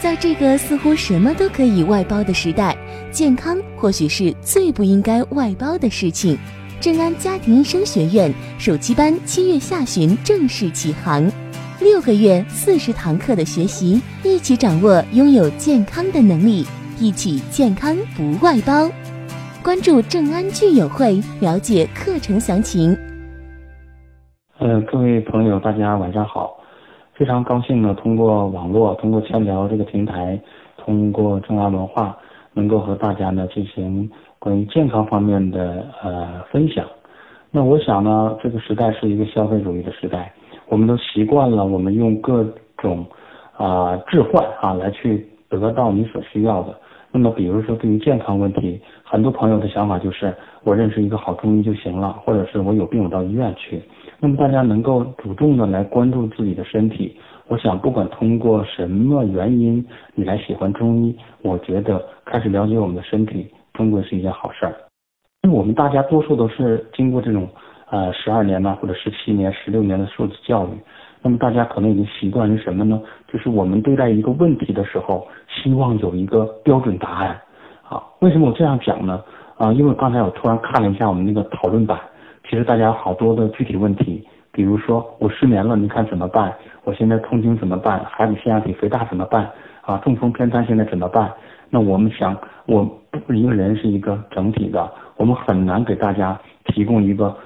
在这个似乎什么都可以外包的时代，健康或许是最不应该外包的事情。正安家庭医生学院暑期班7月下旬正式启航，6个月40堂课的学习，一起掌握拥有健康的能力，一起健康不外包。关注正安聚友会，了解课程详情。 各位朋友，大家晚上好。非常高兴呢，通过网络，通过千聊这个平台，通过正安文化，能够和大家呢进行关于健康方面的分享。那我想呢，这个时代是一个消费主义的时代，我们都习惯了我们用各种置换来去得到你所需要的。那么比如说对于健康问题，很多朋友的想法就是我认识一个好中医就行了，或者是我有病我到医院去。那么大家能够主动的来关注自己的身体，我想不管通过什么原因你来喜欢中医，我觉得开始了解我们的身体终归是一件好事儿。因为我们大家多数都是经过这种12年或者17年16年的受教育，那么大家可能已经习惯于什么呢？就是我们对待一个问题的时候，希望有一个标准答案为什么我这样讲呢？因为刚才我突然看了一下我们那个讨论版，其实大家有好多的具体问题，比如说我失眠了，你看怎么办？我现在痛经怎么办？孩子腺样体肥大怎么办？中风偏瘫现在怎么办？那我们想，我不是一个人，是一个整体的，我们很难给大家提供一个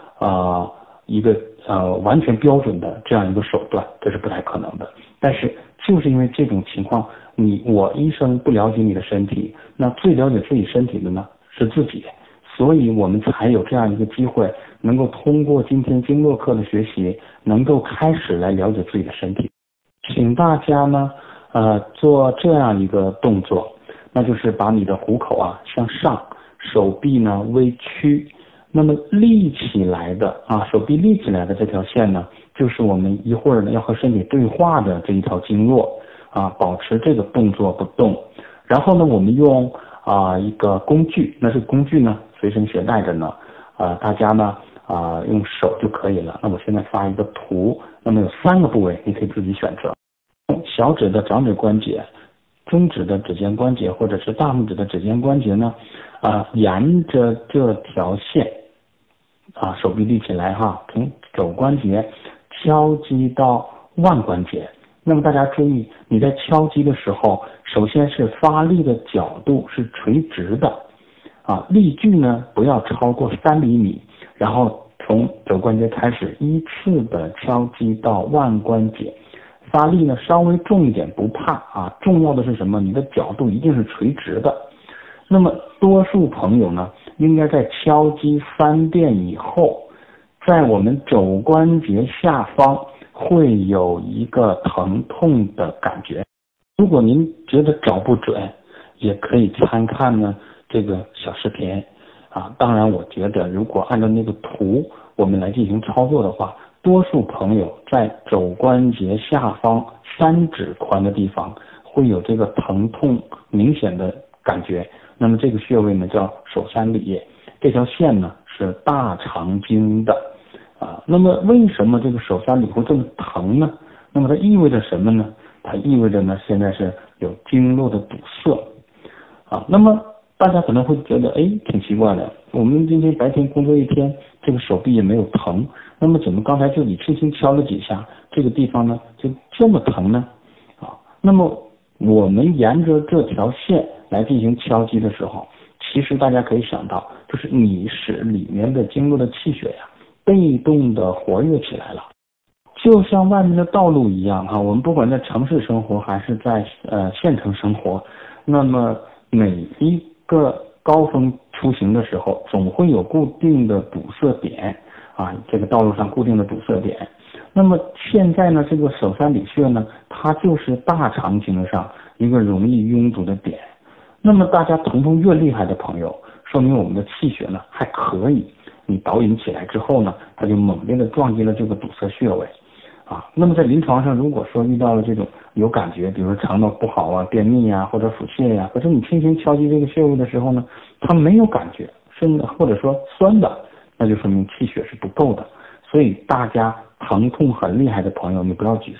完全标准的这样一个手段，这是不太可能的。但是就是因为这种情况，我医生不了解你的身体，那最了解自己身体的呢是自己，所以我们才有这样一个机会，能够通过今天经络课的学习，能够开始来了解自己的身体。请大家呢做这样一个动作，那就是把你的虎口向上，手臂呢微曲，那么立起来的手臂立起来的这条线呢，就是我们一会儿呢要和身体对话的这一条经络保持这个动作不动。然后呢，我们用一个工具，那这个工具呢随身携带着呢，大家呢用手就可以了。那我现在发一个图，那么有3个部位，你可以自己选择。小指的掌指关节，中指的指尖关节，或者是大拇指的指尖关节呢，沿着这条线手臂立起来从肘关节敲击到腕关节。那么大家注意，你在敲击的时候，首先是发力的角度是垂直的力距呢不要超过3厘米，然后从肘关节开始依次的敲击到腕关节，发力呢稍微重一点不怕重要的是什么？你的角度一定是垂直的。那么多数朋友呢，应该在敲击3遍以后，在我们肘关节下方会有一个疼痛的感觉。如果您觉得找不准，也可以参看呢这个小视频当然我觉得如果按照那个图我们来进行操作的话，多数朋友在肘关节下方3指宽的地方会有这个疼痛明显的感觉。那么这个穴位呢叫手三里，这条线呢是大肠经的那么为什么这个手三里会这么疼呢？那么它意味着什么呢？它意味着呢现在是有经络的堵塞那么大家可能会觉得挺奇怪的，我们今天白天工作一天，这个手臂也没有疼，那么怎么刚才就你轻轻敲了几下，这个地方呢就这么疼呢那么我们沿着这条线来进行敲击的时候，其实大家可以想到，就是你使里面的经络的气血被动的活跃起来了，就像外面的道路一样我们不管在城市生活还是在县城生活，那么每一个高峰出行的时候，总会有固定的堵塞点这个道路上固定的堵塞点。那么现在呢，这个手三里穴呢，它就是大肠经上一个容易拥堵的点。那么大家疼痛越厉害的朋友，说明我们的气血呢还可以，你导引起来之后呢，它就猛烈的撞击了这个堵塞穴位那么在临床上，如果说遇到了这种有感觉，比如说肠道不好便秘或者腹泻可是你轻轻敲击这个穴位的时候呢，它没有感觉，甚至或者说酸的，那就说明气血是不够的。所以大家疼痛很厉害的朋友，你不要沮丧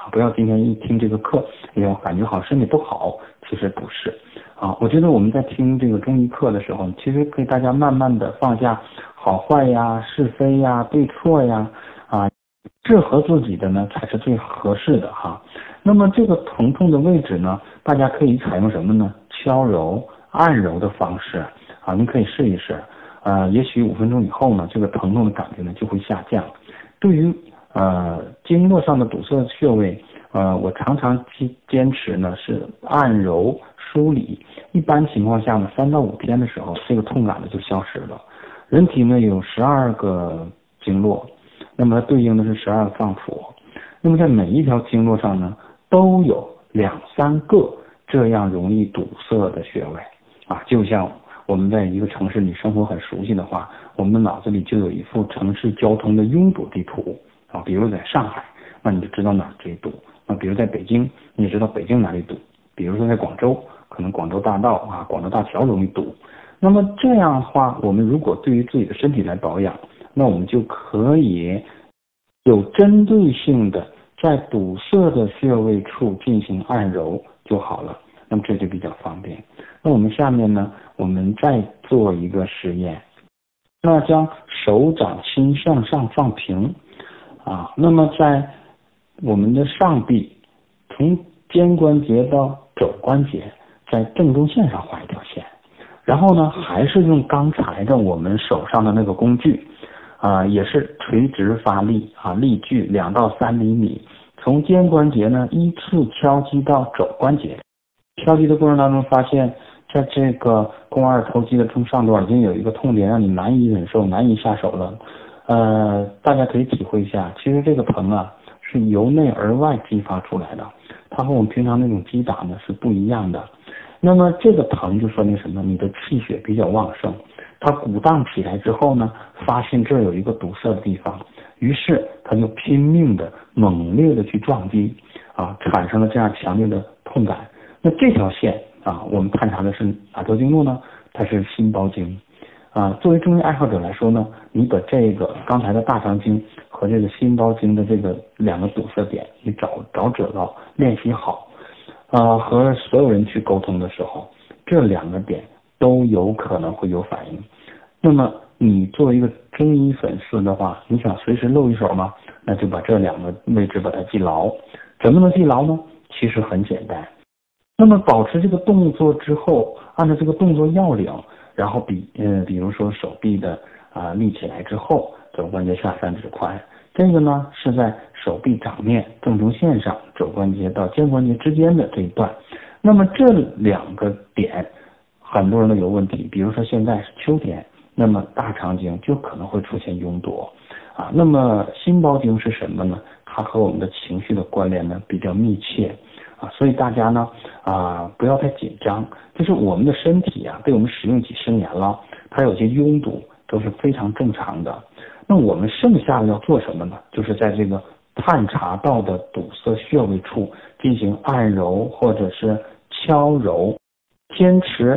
不要今天一听这个课，哎呦，感觉好像身体不好，其实不是啊。我觉得我们在听这个中医课的时候，其实可以大家慢慢的放下好坏呀、是非呀、对错呀，适合自己的呢才是最合适的哈。那么这个疼痛的位置呢，大家可以采用什么呢？敲揉、按揉的方式啊，您可以试一试。也许5分钟以后呢，这个疼痛的感觉呢就会下降。对于经络上的堵塞穴位，我常常坚持呢是按揉梳理。一般情况下呢，3到5天的时候，这个痛感呢就消失了。人体呢有12个经络，那么它对应的是12个脏腑。那么在每一条经络上呢，都有2、3个这样容易堵塞的穴位啊，就像我们在一个城市里生活很熟悉的话，我们的脑子里就有一幅城市交通的拥堵地图啊。比如在上海，那你就知道哪儿最堵；那比如在北京，你也知道北京哪里堵；比如说在广州，可能广州大道啊、广州大桥容易堵。那么这样的话，我们如果对于自己的身体来保养，那我们就可以有针对性的在堵塞的穴位处进行按揉就好了，那么这就比较方便。那我们下面呢，我们再做一个实验，那将手掌心向上放平啊，那么在我们的上臂从肩关节到肘关节，在正中线上画一条线，然后呢，还是用刚才的我们手上的那个工具也是垂直发力力距2到3厘米，从肩关节呢依次敲击到肘关节。敲击的过程当中发现，在这个肱二头肌的中上段已经有一个痛点让你难以忍受、难以下手了。大家可以体会一下，其实这个疼是由内而外激发出来的，它和我们平常那种击打呢是不一样的。那么这个疼就说明什么？你的气血比较旺盛，它鼓荡起来之后呢，发现这儿有一个堵塞的地方，于是它就拼命的、猛烈的去撞击产生了这样强烈的痛感。那这条线我们探查的是哪条经络呢？它是心包经作为中医爱好者来说呢，你把这个刚才的大肠经和这个心包经的这个2个堵塞点，你找准了，练习好和所有人去沟通的时候，这2个点都有可能会有反应。那么你作为一个中医粉丝的话，你想随时露一手吗？那就把这2个位置把它记牢。怎么能记牢呢？其实很简单。那么保持这个动作之后，按照这个动作要领，然后比如说手臂的立起来之后，肘关节下3指宽，这个呢是在手臂掌面正中线上肘关节到肩关节之间的这一段。那么这2个点很多人都有问题，比如说现在是秋天，那么大肠经就可能会出现拥堵那么心包经是什么呢？它和我们的情绪的关联呢比较密切所以大家呢不要太紧张，就是我们的身体被我们使用几十年了，它有些拥堵都是非常正常的。那我们剩下的要做什么呢？就是在这个探查到的堵塞穴位处进行按揉或者是敲揉，坚持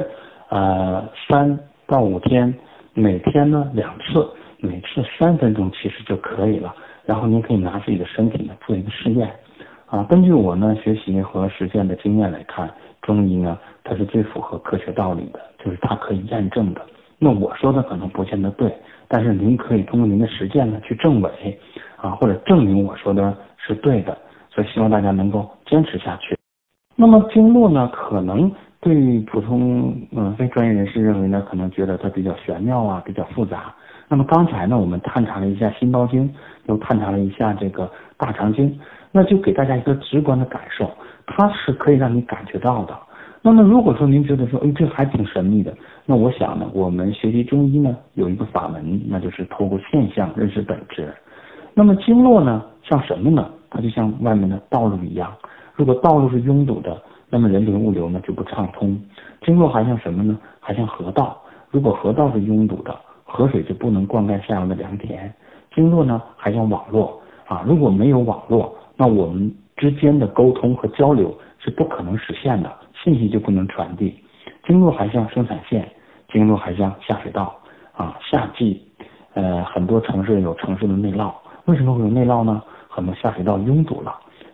3到5天，每天呢2次，每次3分钟其实就可以了。然后您可以拿自己的身体呢做一个试验根据我呢学习和实践的经验来看，中医呢它是最符合科学道理的，就是它可以验证的。那我说的可能不见得对，但是您可以通过您的实践呢去证伪或者证明我说的是对的，所以希望大家能够坚持下去。那么经络呢，可能对普通非专业人士认为呢，可能觉得它比较玄妙比较复杂。那么刚才呢，我们探查了一下心包经，又探查了一下这个大肠经，那就给大家一个直观的感受，它是可以让你感觉到的。那么如果说您觉得说，这还挺神秘的，那我想呢，我们学习中医呢有一个法门，那就是透过现象认识本质。那么经络呢，像什么呢？它就像外面的道路一样，如果道路是拥堵的，那么人流物流呢就不畅通。经络还像什么呢？还像河道，如果河道是拥堵的，河水就不能灌溉下游的良田。经络呢还像网络如果没有网络，那我们之间的沟通和交流是不可能实现的，信息就不能传递。经络还像生产线，经络还像下水道夏季很多城市有城市的内涝，为什么会有内涝呢？很多下水道拥堵了，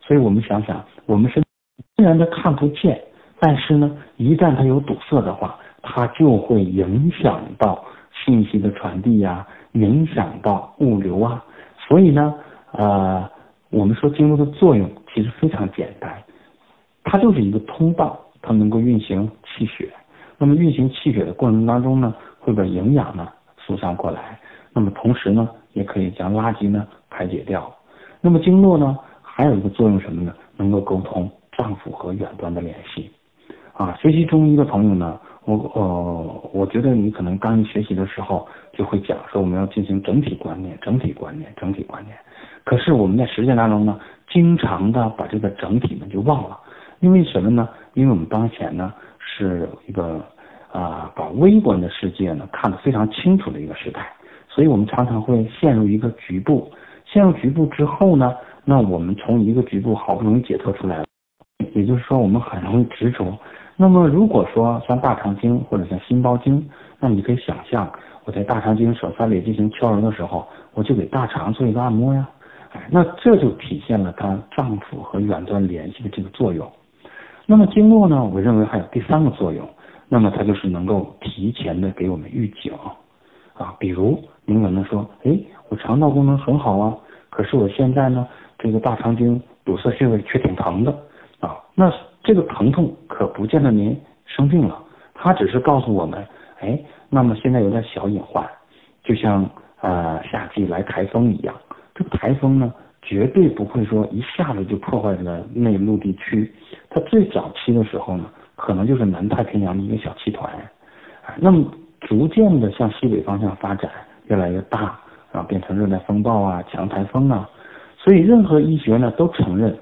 所以我们想想，我们身体虽然它看不见，但是呢，一旦它有堵塞的话，它就会影响到信息的传递呀，影响到物流啊。所以呢，我们说经络的作用其实非常简单，它就是一个通道，它能够运行气血。那么运行气血的过程当中呢，会把营养呢输上过来，那么同时呢，也可以将垃圾呢排解掉。那么经络呢，还有一个作用什么呢？能够沟通脏腑和远端的联系。学习中医的朋友呢，我觉得你可能刚一学习的时候就会讲说我们要进行整体观念。可是我们在实践当中呢，经常的把这个整体呢就忘了，因为什么呢？因为我们当前呢是一个把微观的世界呢看得非常清楚的一个时代，所以我们常常会陷入一个局部，之后呢，那我们从一个局部好不容易解脱出来了，也就是说我们很容易执着。那么如果说像大肠经或者像心包经，那你可以想象我在大肠经手3里进行敲揉的时候，我就给大肠做一个按摩呀，那这就体现了它脏腑和远端联系的这个作用。那么经络呢，我认为还有第3个作用，那么它就是能够提前的给我们预警比如您可能说，我肠道功能很好啊，可是我现在呢这个大肠经堵塞穴位却挺疼的那这个疼痛可不见得您生病了，它只是告诉我们，那么现在有点小隐患，就像夏季来台风一样，这个台风呢绝对不会说一下子就破坏了内陆地区，它最早期的时候呢，可能就是南太平洋的一个小气团，那么逐渐的向西北方向发展，越来越大，然后变成热带风暴啊、强台风啊。所以任何医学呢都承认，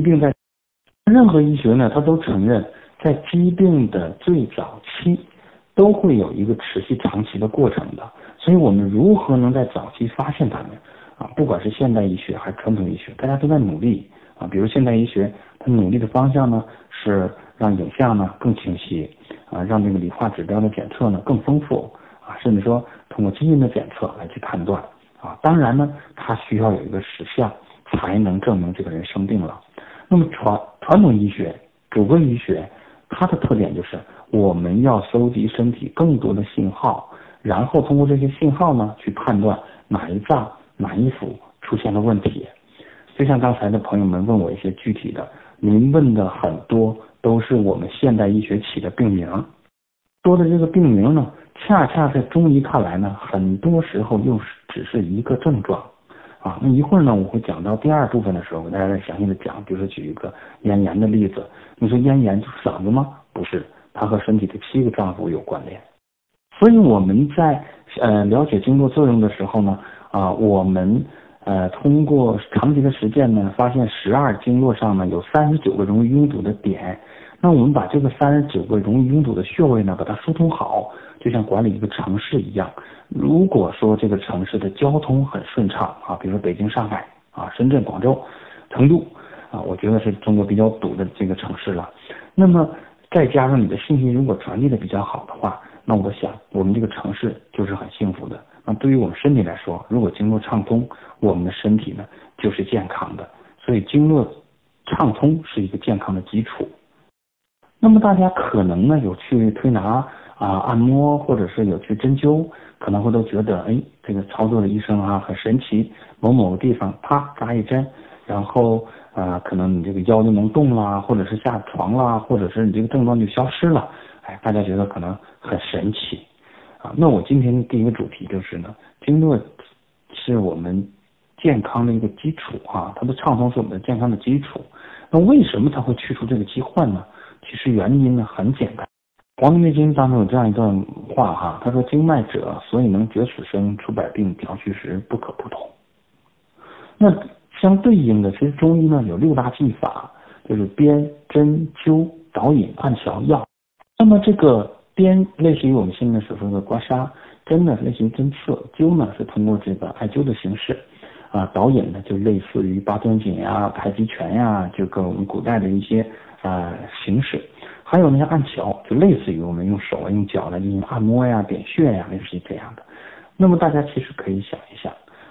它都承认，在疾病的最早期都会有一个持续长期的过程的。所以我们如何能在早期发现它们不管是现代医学还是传统医学，大家都在努力比如现代医学，它努力的方向呢是让影像呢更清晰让这个理化指标的检测呢更丰富甚至说通过基因的检测来去判断当然呢，它需要有一个实相才能证明这个人生病了。那么传统医学、主观医学，它的特点就是我们要搜集身体更多的信号，然后通过这些信号呢去判断哪一脏哪一腑出现了问题。就像刚才的朋友们问我一些具体的，您问的很多都是我们现代医学起的病名，说的这个病名呢，恰恰在中医看来呢，很多时候又只是一个症状那一会儿呢，我会讲到第2部分的时候，给大家再详细的讲，比如说举一个咽炎的例子。你说咽炎就是嗓子吗？不是，它和身体的7个脏腑有关联。所以我们在了解经络作用的时候呢，我们通过长期的实践呢，发现12经络上呢有39个容易拥堵的点。那我们把这个39个容易拥堵的穴位呢，把它疏通好，就像管理一个城市一样。如果说这个城市的交通很顺畅比如说北京、上海深圳、广州、成都我觉得是中国比较堵的这个城市了。那么再加上你的信息如果传递的比较好的话，那我想我们这个城市就是很幸福的。那对于我们身体来说，如果经络畅通，我们的身体呢就是健康的。所以经络畅通是一个健康的基础。那么大家可能呢有去推拿按摩，或者是有去针灸，可能会都觉得这个操作的医生很神奇，某个地方啪扎一针，然后可能你这个腰就能动啦，或者是下床啦，或者是你这个症状就消失了，大家觉得可能很神奇那我今天第一个主题就是呢，经络是我们健康的一个基础它的畅通是我们的健康的基础。那为什么它会去除这个疾患呢？其实原因呢很简单。《黄帝内经》当中有这样一段话他说：经脉者，所以能决死生，除百病，调虚实，不可不同。那相对应的，其实中医呢有6大技法，就是鞭、针、灸、导引、按、调、药。那么这个鞭类似于我们现在所说的刮痧，针呢类似于针刺，灸呢是通过这个艾灸的形式导引呢就类似于八段锦太极拳就跟我们古代的一些形式。还有呢按脚，就类似于我们用手用脚来进行按摩点穴类似于这样的。那么大家其实可以想一想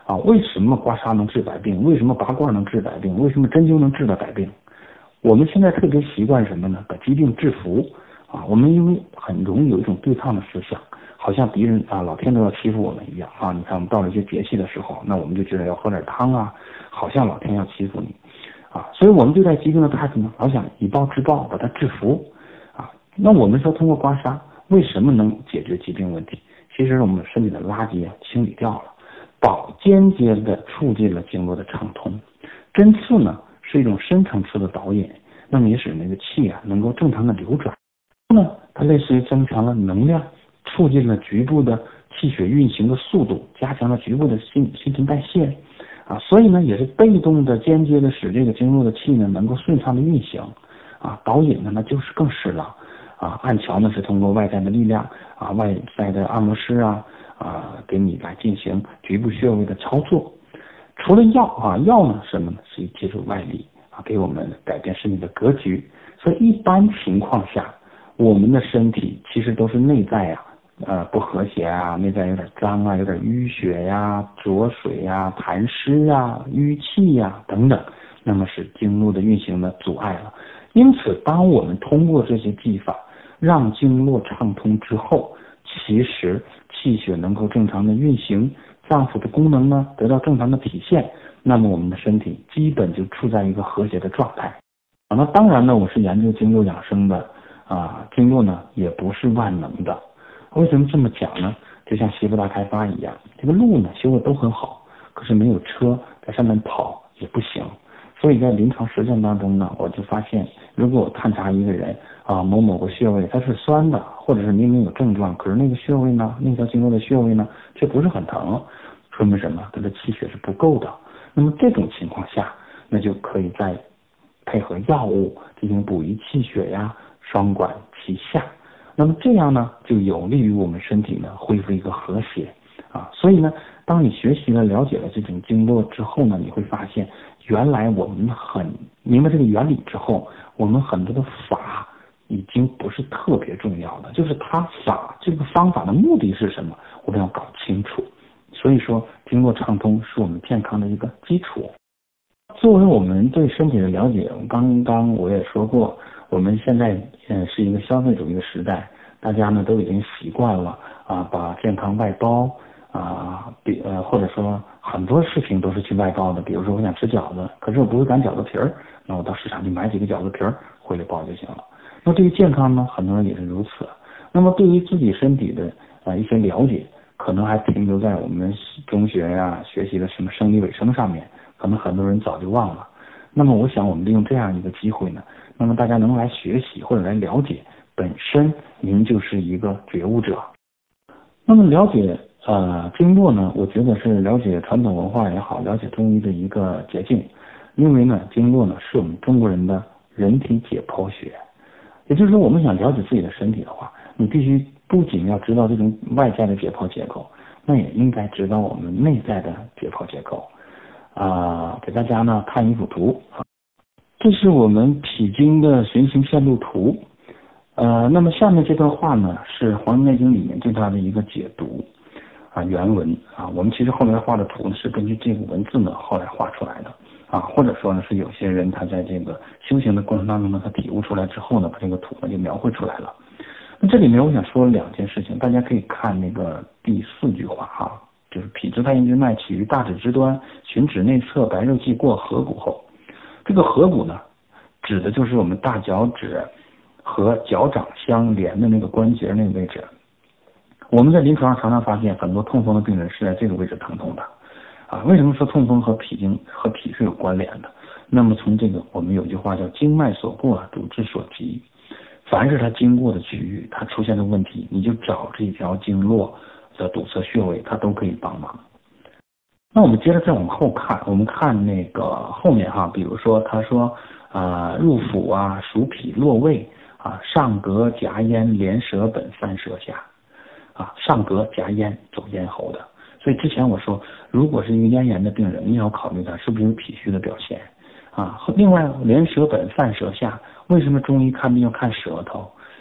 啊，为什么刮痧能治百病？为什么拔罐能治百病？为什么针灸能治到百病？我们现在特别习惯什么呢？把疾病制服啊，我们因为很容易有一种对抗的思想，好像敌人啊，老天都要欺负我们一样啊。你看我们到了一些节气的时候，那我们就觉得要喝点汤啊，好像老天要欺负你啊，所以我们对待疾病的态度呢，老想以暴制暴，把它制服啊。那我们说通过刮痧为什么能解决疾病问题？其实我们身体的垃圾清理掉了，间接的促进了经络的畅通。针刺呢是一种深层次的导引，那么也使那个气啊能够正常的流转。它类似于增强了能量，促进了局部的气血运行的速度，加强了局部的新陈代谢啊，所以呢也是被动的、间接的使这个经络的气呢能够顺畅的运行啊。导引呢那就是更是了啊。按桥呢是通过外在的力量啊，外在的按摩师啊给你来进行局部穴位的操作。除了药啊，药呢什么呢？是借助外力啊，给我们改变身体的格局。所以一般情况下，我们的身体其实都是内在不和谐啊，内在有点脏啊，有点淤血呀、浊水呀、痰湿啊、淤气呀等等，那么使经络的运行呢阻碍了。因此，当我们通过这些技法让经络畅通之后，其实气血能够正常的运行，脏腑的功能呢得到正常的体现，那么我们的身体基本就处在一个和谐的状态。那当然呢，我是研究经络养生的啊，经络呢也不是万能的。为什么这么讲呢？就像西部大开发一样，这个路呢修的都很好，可是没有车在上面跑也不行。所以在临床实践当中呢，我就发现，如果我探查一个人啊某个穴位它是酸的，或者是明明有症状，可是那个穴位呢，那条经络的穴位呢却不是很疼，说明什么？它的气血是不够的。那么这种情况下，那就可以再配合药物进行补益气血呀，双管齐下。那么这样呢，就有利于我们身体呢恢复一个和谐啊。所以呢，当你学习了、了解了这种经络之后呢，你会发现，原来我们很明白这个原理之后，我们很多的法已经不是特别重要的，就是它这个方法的目的是什么，我们要搞清楚。所以说，经络畅通是我们健康的一个基础。作为我们对身体的了解，刚刚我也说过，我们现在是一个消费主义的时代，大家呢都已经习惯了啊，把健康外包啊，或者说很多事情都是去外包的。比如说我想吃饺子，可是我不会擀饺子皮儿，那我到市场去买几个饺子皮儿回来包就行了。那对于健康呢，很多人也是如此。那么对于自己身体的一些了解，可能还停留在我们中学呀学习的什么生理卫生上面，可能很多人早就忘了。那么我想我们利用这样一个机会呢，那么大家能来学习或者来了解，本身您就是一个觉悟者。那么了解经络呢，我觉得是了解传统文化也好，了解中医的一个捷径。因为呢，经络呢是我们中国人的人体解剖学。也就是说，我们想了解自己的身体的话，你必须不仅要知道这种外在的解剖结构，那也应该知道我们内在的解剖结构。给大家呢看一幅图，这是我们脾经的循行线路图。那么下面这段话呢是《黄帝内经》里面对它的一个解读原文我们其实后来画的图呢是根据这个文字呢后来画出来的或者说呢是有些人他在这个修行的过程当中呢，他体悟出来之后呢，把这个图呢就描绘出来了。那这里面我想说两件事情，大家可以看那个第4句话就是脾之太阴之脉起于大指之端，循指内侧，白肉际过合谷后。这个合谷呢，指的就是我们大脚趾和脚掌相连的那个关节那个位置。我们在临床上常常发现很多痛风的病人是在这个位置疼痛的为什么说痛风和脾是有关联的？那么从这个我们有句话叫经脉所过，主治所及。凡是它经过的区域，它出现的问题，你就找这条经络的堵塞穴位，它都可以帮忙。那我们接着再往后看，我们看那个后面比如说他说入府属脾络位上膈夹咽连舌本三舌下上膈夹咽走咽喉的。所以之前我说，如果是一个咽炎的病人，你要考虑他是不是有脾虚的表现另外连舌本泛舌下，为什么中医看病要看舌头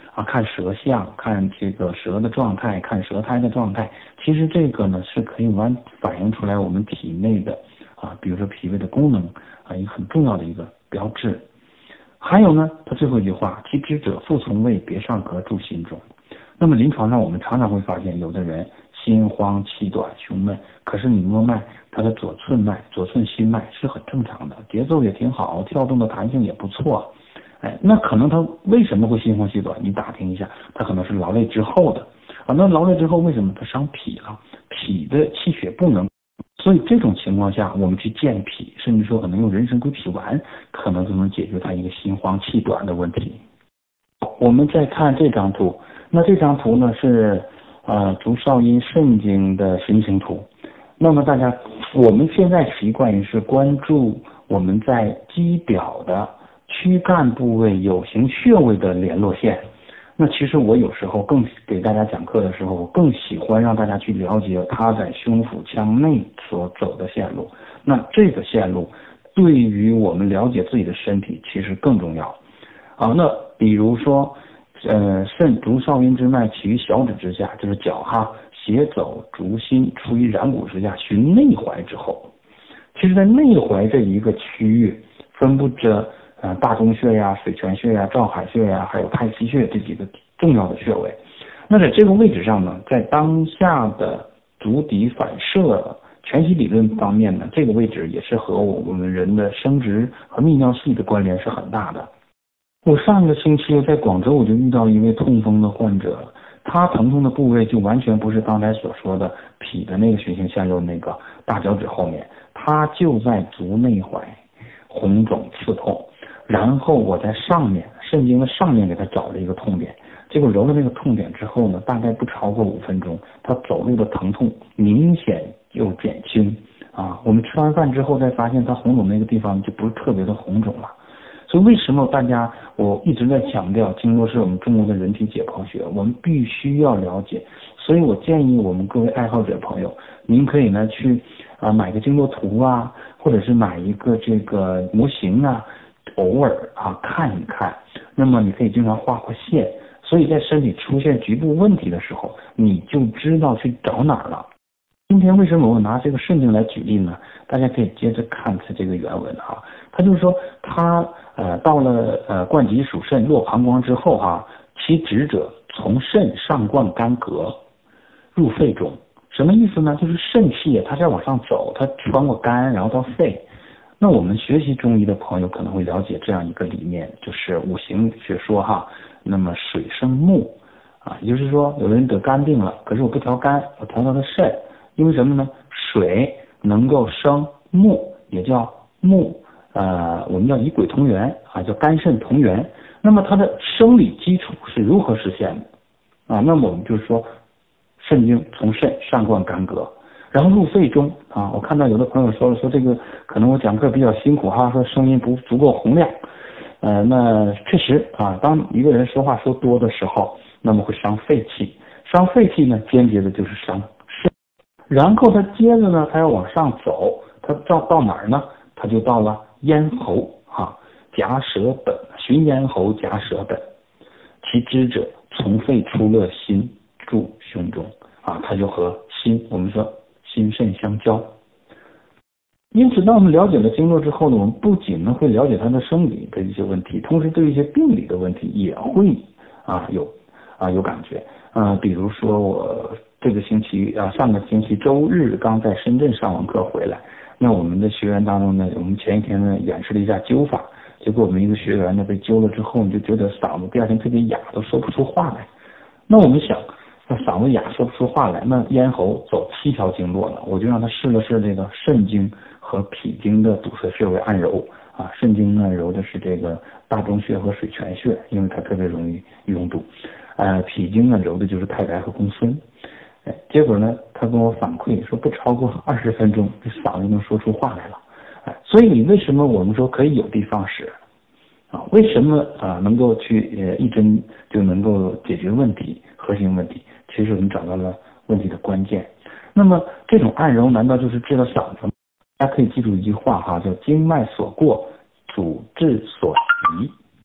看舌象，看这个舌的状态，看舌苔的状态，其实这个呢是可以反映出来我们体内的比如说脾胃的功能一个很重要的一个标志。还有呢，他最后一句话，其知者复从胃，别上膈，住心中。那么临床上我们常常会发现，有的人心慌气短胸闷，可是你摸脉，他的左寸心脉是很正常的，节奏也挺好，跳动的弹性也不错。那可能他为什么会心慌气短？你打听一下，他可能是劳累之后的那劳累之后为什么他伤脾了？脾的气血不能，所以这种情况下，我们去健脾，甚至说可能用人参归脾丸，可能就能解决他一个心慌气短的问题。我们再看这张图，那这张图呢是足少阴肾经的循行图。那么我们现在习惯于是关注我们在肌表的躯干部位有形穴位的联络线。那其实我有时候给大家讲课的时候，我更喜欢让大家去了解它在胸腹腔内所走的线路。那这个线路对于我们了解自己的身体其实更重要。那比如说肾足少阴之脉起于小指之下，就是脚斜走足心，出于然骨之下，循内踝之后。其实在内踝这一个区域分布着大钟穴呀、水泉穴呀、照海穴呀，还有太溪穴这几个重要的穴位。那在这个位置上呢，在当下的足底反射全息理论方面呢，这个位置也是和我们人的生殖和泌尿系的关联是很大的。我上个星期在广州我就遇到一位痛风的患者，他疼痛的部位就完全不是刚才所说的脾的那个循行线路那个大脚趾后面，他就在足内踝红肿刺痛。然后我在上面肾经的上面给他找了一个痛点，结果揉了那个痛点之后呢，大概不超过5分钟，他走路的疼痛明显又减轻我们吃完饭之后再发现他红肿那个地方就不是特别的红肿了。所以为什么我一直在强调经络是我们中国的人体解剖学，我们必须要了解。所以我建议我们各位爱好者朋友，您可以呢去买个经络图或者是买一个这个模型偶尔看一看，那么你可以经常画线，所以在身体出现局部问题的时候，你就知道去找哪儿了。今天为什么我拿这个肾经来举例呢？大家可以接着看它这个原文他就是说他到了贯脊属肾络膀胱之后其指者从肾上贯干膈入肺中。什么意思呢？就是肾气它在往上走，它穿过肝然后到肺。那我们学习中医的朋友可能会了解这样一个理念，就是五行学说那么水生木也就是说有的人得肝病了，可是我不调肝，我调他的肾，因为什么呢？水能够生木，也叫木我们叫以鬼同源叫肝肾同源。那么它的生理基础是如何实现的那么我们就是说肾经从肾上贯干膈，然后入肺中我看到有的朋友说这个可能我讲课比较辛苦说声音不足够洪亮那确实当一个人说话说多的时候，那么会伤肺气，伤肺气呢间接的就是伤肾。然后他接着呢他要往上走，他到哪儿呢？他就到了咽喉夹舌本，循咽喉夹舌本，其支者从肺出勒心，住胸中它就和心我们说心肾相交。因此当我们了解了经络之后呢，我们不仅呢会了解它的生理的一些问题，同时对一些病理的问题也会有感觉比如说我这个星期上个星期周日刚在深圳上完课回来，那我们的学员当中呢，我们前一天呢演示了一下灸法，结果我们一个学员呢被灸了之后，你就觉得嗓子第二天特别哑，都说不出话来。那我们想那嗓子哑说不出话来，那咽喉走7条经络呢，我就让他试了试这个肾经和脾经的堵塞穴位按揉肾经呢揉的是这个大钟穴和水泉穴，因为它特别容易拥堵脾经呢揉的就是太白和公孙结果呢他跟我反馈说不超过20分钟这嗓子能说出话来了所以你为什么我们说可以有的放矢为什么能够去一针就能够解决问题核心问题？其实我们找到了问题的关键。那么这种按揉难道就是治了嗓子吗？大家可以记住一句话叫经脉所过，主治所急。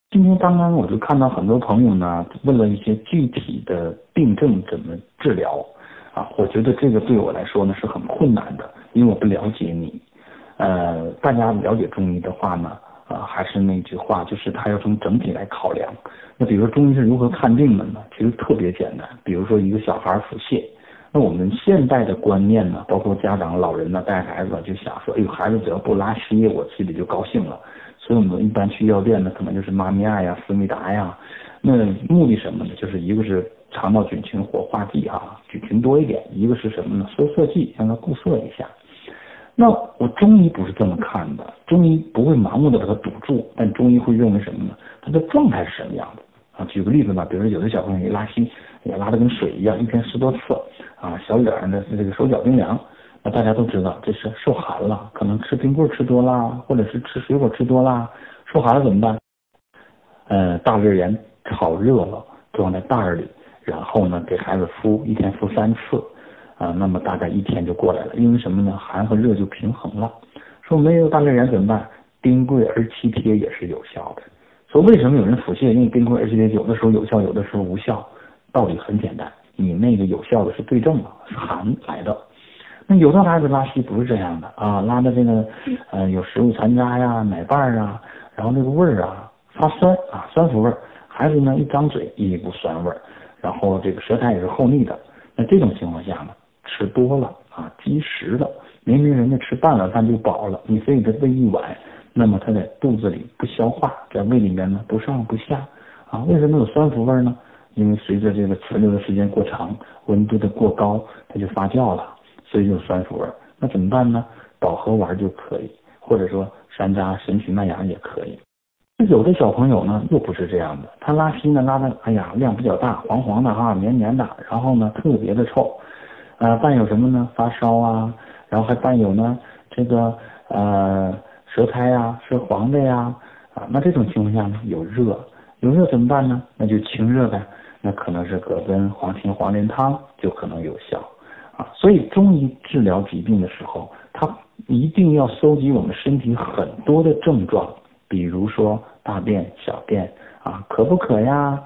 今天刚刚我就看到很多朋友呢问了一些具体的病症怎么治疗我觉得这个对我来说呢是很困难的，因为我不了解你。大家了解中医的话呢，还是那句话，就是他要从整体来考量。那比如说中医是如何看病的呢？其实特别简单。比如说一个小孩腹泻，那我们现代的观念呢，包括家长、老人呢带孩子就想说，哎呦，孩子只要不拉稀，我心里就高兴了。所以我们一般去药店呢，可能就是妈咪呀、思密达呀。那目的什么呢？就是一个是肠道菌群活化剂菌群多一点；一个是什么呢？收涩剂，让它固涩一下。那我中医不是这么看的，中医不会盲目的把它堵住，但中医会认为什么呢？他的状态是什么样的举个例子吧，比如说有的小朋友一拉稀，也拉得跟水一样，一天10多次小脸的这个手脚冰凉，那大家都知道这是受寒了，可能吃冰棍吃多啦，或者是吃水果吃多啦，受寒了怎么办？大热盐炒热了，装在袋儿里，然后呢给孩子敷，一天敷3次。那么大概1天就过来了，因为什么呢？寒和热就平衡了。说没有大热盐怎么办？冰柜27贴也是有效的。说为什么有人腹泻用冰柜27贴有的时候有效，有的时候无效？道理很简单，你那个有效的是对症的，是寒来的。那有的孩子拉稀不是这样的拉的这个有食物残渣呀、奶瓣然后那个味儿发酸酸腐味儿，孩子呢一张嘴一股酸味儿，然后这个舌苔也是厚腻的。那这种情况下呢，吃多了积食了，明明人家吃半碗饭就饱了，你非得喂一碗，那么他在肚子里不消化，在胃里面呢不上不下为什么有酸腐味呢？因为随着这个存留的时间过长，温度的过高，它就发酵了，所以就有酸腐味。那怎么办呢？保和丸就可以，或者说山楂、神曲麦芽也可以。有的小朋友呢又不是这样的，他拉稀呢拉的量比较大，黄黄的黏黏的，然后呢特别的臭伴有什么呢？发烧然后还伴有呢这个舌苔是黄的那这种情况下呢有热怎么办呢？那就清热呗，那可能是葛根、黄芩、黄连汤就可能有效所以中医治疗疾病的时候，它一定要搜集我们身体很多的症状，比如说大便、小便渴不渴呀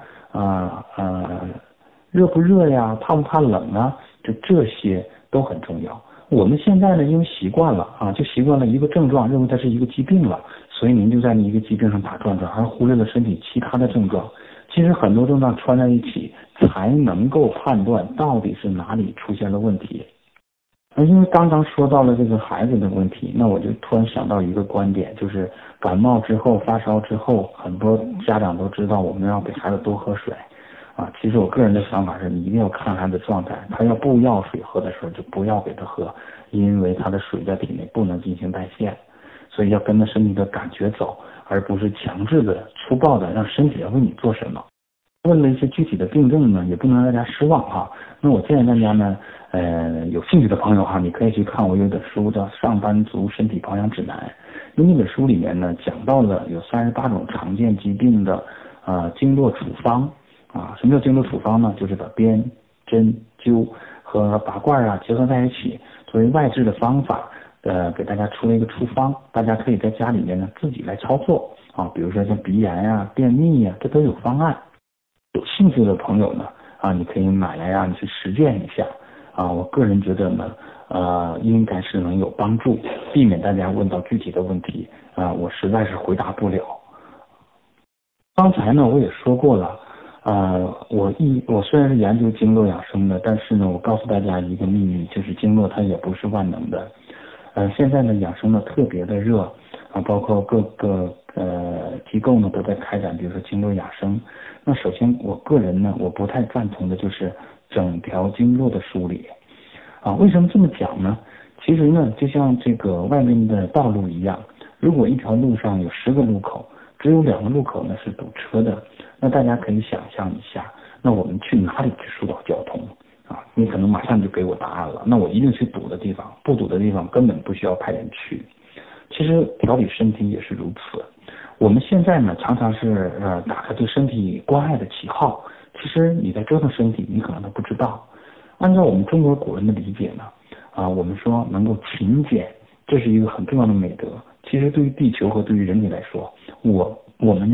热不热呀，怕不怕冷这些都很重要。我们现在呢因为习惯了就习惯了一个症状，认为它是一个疾病了，所以您就在那一个疾病上打转转，而忽略了身体其他的症状。其实很多症状串在一起才能够判断到底是哪里出现了问题。因为刚刚说到了这个孩子的问题，那我就突然想到一个观点，就是感冒之后、发烧之后，很多家长都知道我们要给孩子多喝水其实我个人的想法是，你一定要看孩子的状态，他要不要水喝的时候就不要给他喝，因为他的水在体内不能进行代谢，所以要跟着身体的感觉走，而不是强制的、粗暴的让身体来为你做什么。问了一些具体的病症呢，也不能让大家失望那我建议大家呢，有兴趣的朋友你可以去看我有一本书叫《上班族身体保养指南》，因为那本书里面呢讲到了有38种常见疾病的经络处方什么叫经络处方呢？就是把鞭、针、灸和拔罐结合在一起，作为外治的方法，给大家出了一个处方，大家可以在家里面呢自己来操作比如说像鼻炎便秘这都有方案。有兴趣的朋友呢你可以买来你去实践一下我个人觉得呢应该是能有帮助，避免大家问到具体的问题我实在是回答不了。刚才呢我也说过了我虽然是研究经络养生的，但是呢我告诉大家一个秘密，就是经络它也不是万能的现在呢养生呢特别的热包括各个机构呢都在开展比如说经络养生。那首先我个人呢我不太赞同的就是整条经络的梳理为什么这么讲呢？其实呢就像这个外面的道路一样，如果一条路上有10个路口，只有2个路口呢是堵车的，那大家可以想象一下，那我们去哪里去疏导交通你可能马上就给我答案了，那我一定去堵的地方，不堵的地方根本不需要派人去。其实调理身体也是如此，我们现在呢常常是打着对身体关爱的旗号，其实你在折腾身体，你可能都不知道。按照我们中国古人的理解呢我们说能够勤俭，这是一个很重要的美德。其实对于地球和对于人体来说，我们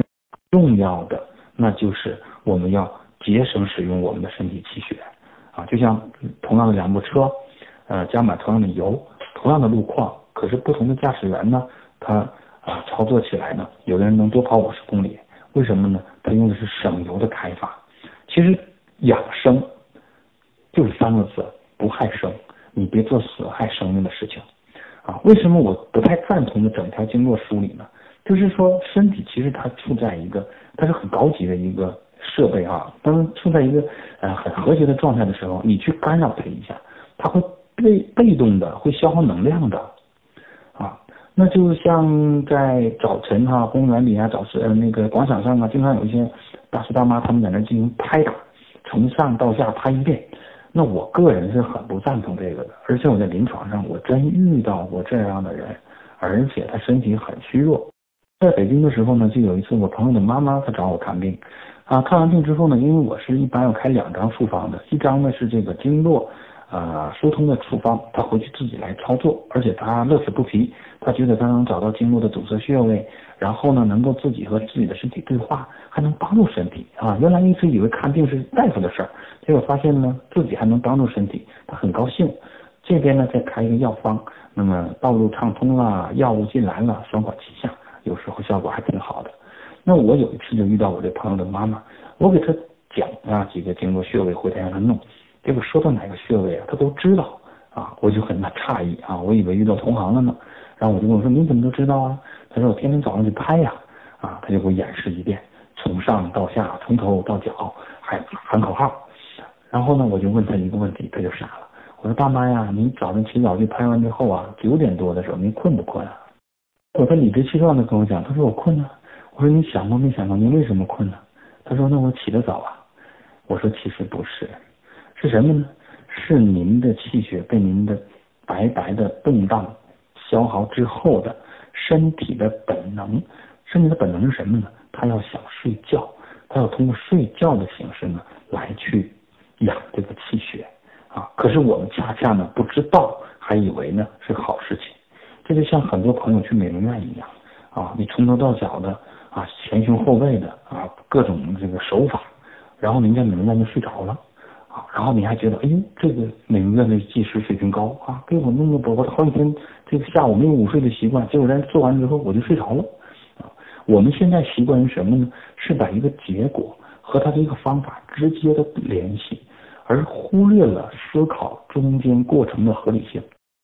重要的那就是我们要节省使用我们的身体气血啊，就像同样的两部车，加满同样的油，同样的路况，可是不同的驾驶员呢，他操作起来呢，有的人能多跑50公里，为什么呢？他用的是省油的开法。其实养生就是3个字，不害生，你别做损害生命的事情啊。为什么我不太赞同的整条经络梳理呢？就是说身体其实它处在一个，它是很高级的一个设备啊，当处在一个很和谐的状态的时候，你去干扰它一下，它会被动的，会消耗能量的啊。那就像在早晨公园里啊，那个广场上啊，经常有一些大师大妈他们在那进行拍打，从上到下拍一遍。那我个人是很不赞同这个的，而且我在临床上我真遇到过这样的人，而且他身体很虚弱。在北京的时候呢，就有一次我朋友的妈妈她找我看病看完病之后呢，因为我是一般要开2张处方的，一张呢是这个经络疏通的处方，他回去自己来操作，而且他乐此不疲，他觉得他能找到经络的阻塞穴位，然后呢能够自己和自己的身体对话，还能帮助身体原来一直以为看病是大夫的事儿，结果发现呢自己还能帮助身体，他很高兴。这边呢再开一个药方，那么道路畅通了，药物进来了，双管齐下，有时候效果还挺好的。那我有一次就遇到我这朋友的妈妈，我给她讲几个经络穴位，回来让她弄，结果说到哪个穴位她都知道我就很诧异我以为遇到同行了呢。然后我就跟我说，您怎么都知道啊？她说我天天早上去拍她就给我演示一遍，从上到下，从头到脚，还喊口号。然后呢我就问她一个问题，她就傻了。我说大妈呀，您早上起早去拍完之后9点多的时候您困不困我说理直气壮的跟我讲，他说我困我说你想过没想过您为什么困他说那我起得早我说其实不是，是什么呢？是您的气血被您的白白的动荡消耗之后的身体的本能。身体的本能是什么呢？他要想睡觉，他要通过睡觉的形式呢来去养这个气血可是我们恰恰呢不知道，还以为呢是好事情。这就像很多朋友去美容院一样你从头到脚的前胸后背的各种这个手法，然后您在美容院就睡着了然后你还觉得哎呦这个美容院的技师水平高给我弄个我好几天这个下午没有午睡的习惯，结果在做完之后我就睡着了我们现在习惯于什么呢？是把一个结果和它的一个方法直接的联系，而忽略了思考中间过程的合理性。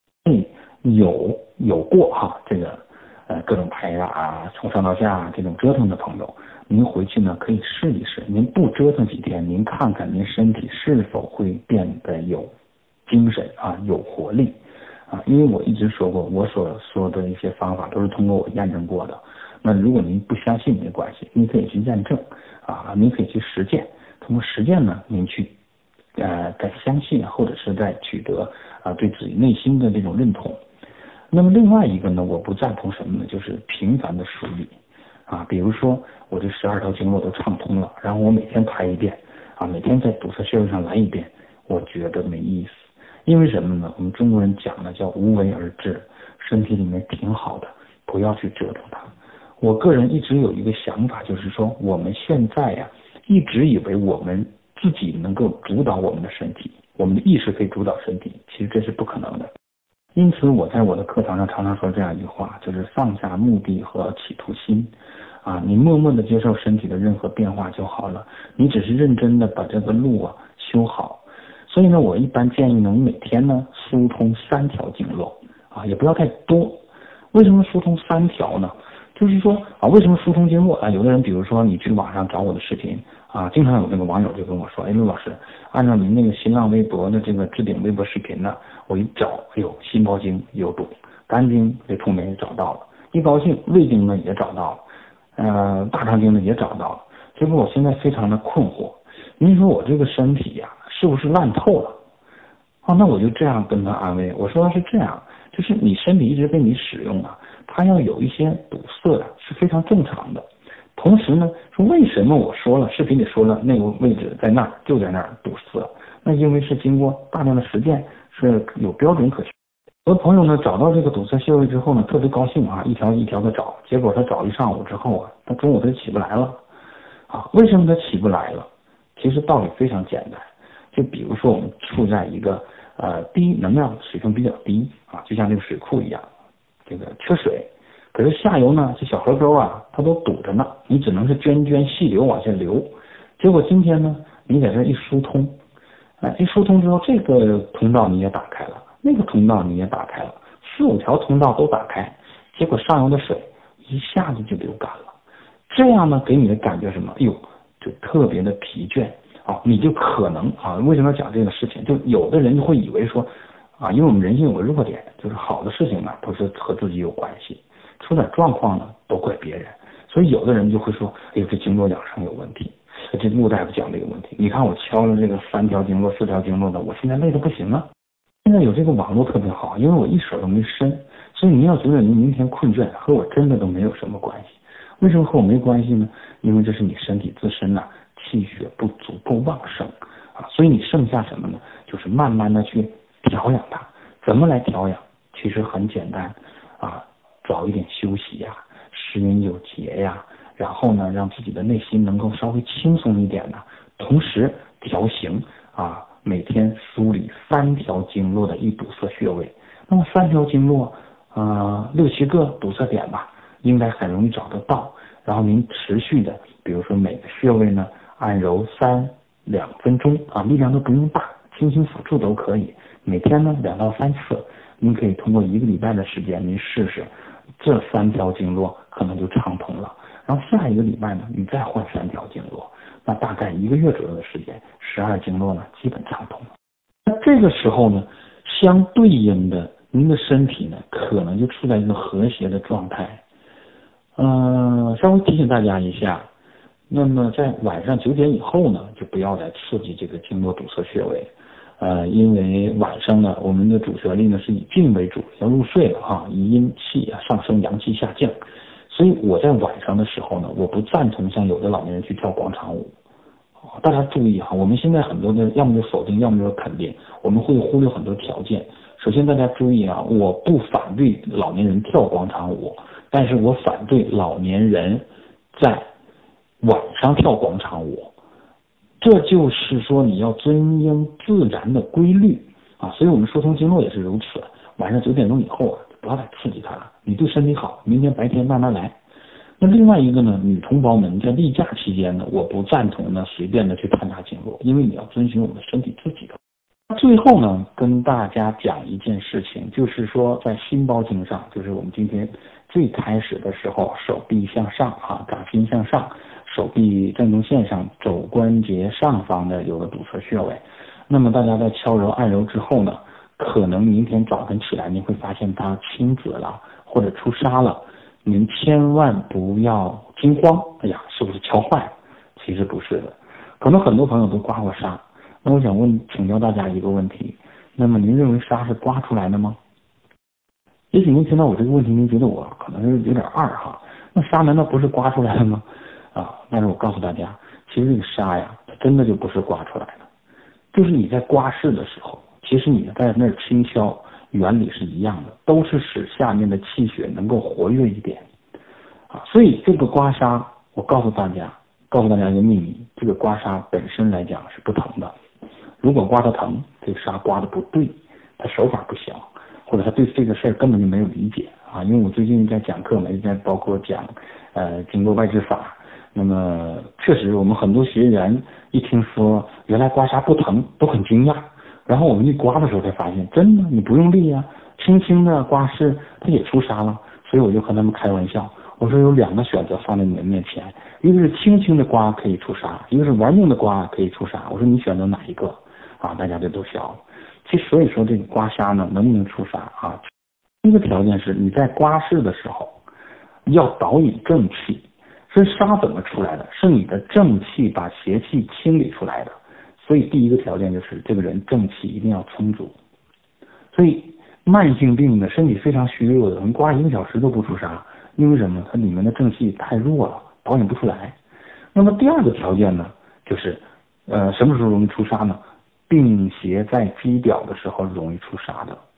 有过这个各种拍从上到下这种折腾的朋友，您回去呢可以试一试，您不折腾几天，您看看您身体是否会变得有精神有活力因为我一直说过，我所说的一些方法都是通过我验证过的。那如果您不相信没关系，您可以去验证您可以去实践，通过实践呢您去在相信或者是在取得对自己内心的这种认同。那么另外一个呢，我不赞同什么呢？就是频繁的梳理比如说我这12条经络都畅通了，然后我每天拍一遍每天在堵塞穴位上来一遍，我觉得没意思。因为什么呢？我们中国人讲的叫无为而治，身体里面挺好的，不要去折腾它。我个人一直有一个想法，就是说我们现在一直以为我们自己能够主导我们的身体，我们的意识可以主导身体，其实这是不可能的。因此我在我的课堂上常常说这样一句话，就是放下目的和企图心你默默的接受身体的任何变化就好了，你只是认真的把这个路修好。所以呢，我一般建议呢，你每天呢疏通3条经络也不要太多。为什么疏通3条呢？就是说为什么疏通经络有的人比如说你去网上找我的视频经常有那个网友就跟我说，陆老师，按照您那个新浪微博的这个置顶微博视频呢，我一找心包经有堵，肝经这痛点也找到了，一高兴胃经呢也找到了大肠经呢也找到了，结果我现在非常的困惑，您说我这个身体是不是烂透了那我就这样跟他安慰，我说是这样，就是你身体一直被你使用它要有一些堵塞是非常正常的。同时呢，说为什么我说了视频里说了那个位置在那儿就在那儿堵塞，那因为是经过大量的实践，是有标准可循。我的朋友呢找到这个堵塞穴位之后呢，特别高兴一条一条的找，结果他找一上午之后他中午他就起不来了为什么它起不来了？其实道理非常简单，就比如说我们处在一个低能量水平比较低就像这个水库一样，这个缺水，可是下游呢这小河沟它都堵着呢，你只能是涓细流往下流。结果今天呢，你在这一疏通，一疏通之后，这个通道你也打开了，那个通道你也打开了，4、5条通道都打开，结果上游的水一下子就流干了。这样呢，给你的感觉什么？就特别的疲倦你就可能为什么要讲这个事情？就有的人就会以为说因为我们人性有个弱点，就是好的事情呢都是和自己有关系，出点状况呢都怪别人，所以有的人就会说，这经络养生有问题。这陆大夫讲这个问题，你看我敲了这个3条经络、4条经络的，我现在累得不行了。现在有这个网络特别好，因为我一手都没伸，所以您要觉得您明天困倦，和我真的都没有什么关系。为什么和我没关系呢？因为这是你身体自身气血不足够旺盛所以你剩下什么呢？就是慢慢的去调养它。怎么来调养？其实很简单早一点休息食饮有节然后呢，让自己的内心能够稍微轻松一点同时调形每天梳理3条经络的易堵塞穴位。那么3条经络6、7个堵塞点应该很容易找得到。然后您持续的，比如说每个穴位呢按揉2分钟力量都不用大，轻轻辅助都可以。每天呢2到3次，您可以通过1个礼拜的时间您试试，这3条经络可能就畅通了。然后下一个礼拜呢，你再换3条经络，那大概1个月左右的时间，12经络呢基本畅通了。那这个时候呢，相对应的您的身体呢可能就处在一个和谐的状态。稍微提醒大家一下，那么在晚上9点以后呢，就不要再刺激这个经络堵塞穴位。因为晚上呢，我们的主旋律呢是以静为主，要入睡了以阴气上升，阳气下降。所以我在晚上的时候呢，我不赞同像有的老年人去跳广场舞。大家注意我们现在很多的要么就否定，要么就肯定，我们会忽略很多条件。首先大家注意我不反对老年人跳广场舞，但是我反对老年人在晚上跳广场舞。这就是说你要遵应自然的规律所以我们疏通经络也是如此。晚上9点钟以后不要再刺激它了，你对身体好，明天白天慢慢来。那另外一个呢，女同胞们在例假期间呢，我不赞同呢随便的去探查经络，因为你要遵循我们身体自己的。最后呢，跟大家讲一件事情，就是说在心包经上，就是我们今天最开始的时候，手臂向上掌心向上，手臂正中线上肘关节上方的有个堵塞穴位。那么大家在敲揉按揉之后呢，可能明天早晨起来您会发现它青紫了或者出痧了，您千万不要惊慌，是不是敲坏了？其实不是的，可能很多朋友都刮过痧。那我想请教大家一个问题，那么您认为痧是刮出来的吗？也许您听到我这个问题，您觉得我可能是有点二那痧难道不是刮出来的吗？但是我告诉大家，其实这个痧它真的就不是刮出来的，就是你在刮拭的时候，其实你在那儿轻敲，原理是一样的，都是使下面的气血能够活跃一点所以这个刮痧，我告诉大家一个秘密，这个刮痧本身来讲是不疼的。如果刮得疼，这个痧刮得不对，他手法不行，或者他对这个事儿根本就没有理解因为我最近在讲课嘛，也在包括讲经络外治法。那么确实我们很多学员一听说原来刮痧不疼都很惊讶，然后我们一刮的时候才发现，真的你不用力轻轻的刮拭它也出痧了。所以我就和他们开玩笑，我说有2个选择放在你们面前，一个是轻轻的刮可以出痧，一个是玩命的刮可以出痧，我说你选择哪一个大家就都笑了。其实所以说这个刮痧呢能不能出痧第一个条件是你在刮拭的时候要导引正气。所以痧怎么出来的？是你的正气把邪气清理出来的。所以第一个条件就是这个人正气一定要充足。所以慢性病的身体非常虚弱的人刮1个小时都不出痧，因为什么？它里面的正气太弱了，导引不出来。那么第二个条件呢，就是什么时候容易出痧呢？病邪在肌表的时候容易出痧的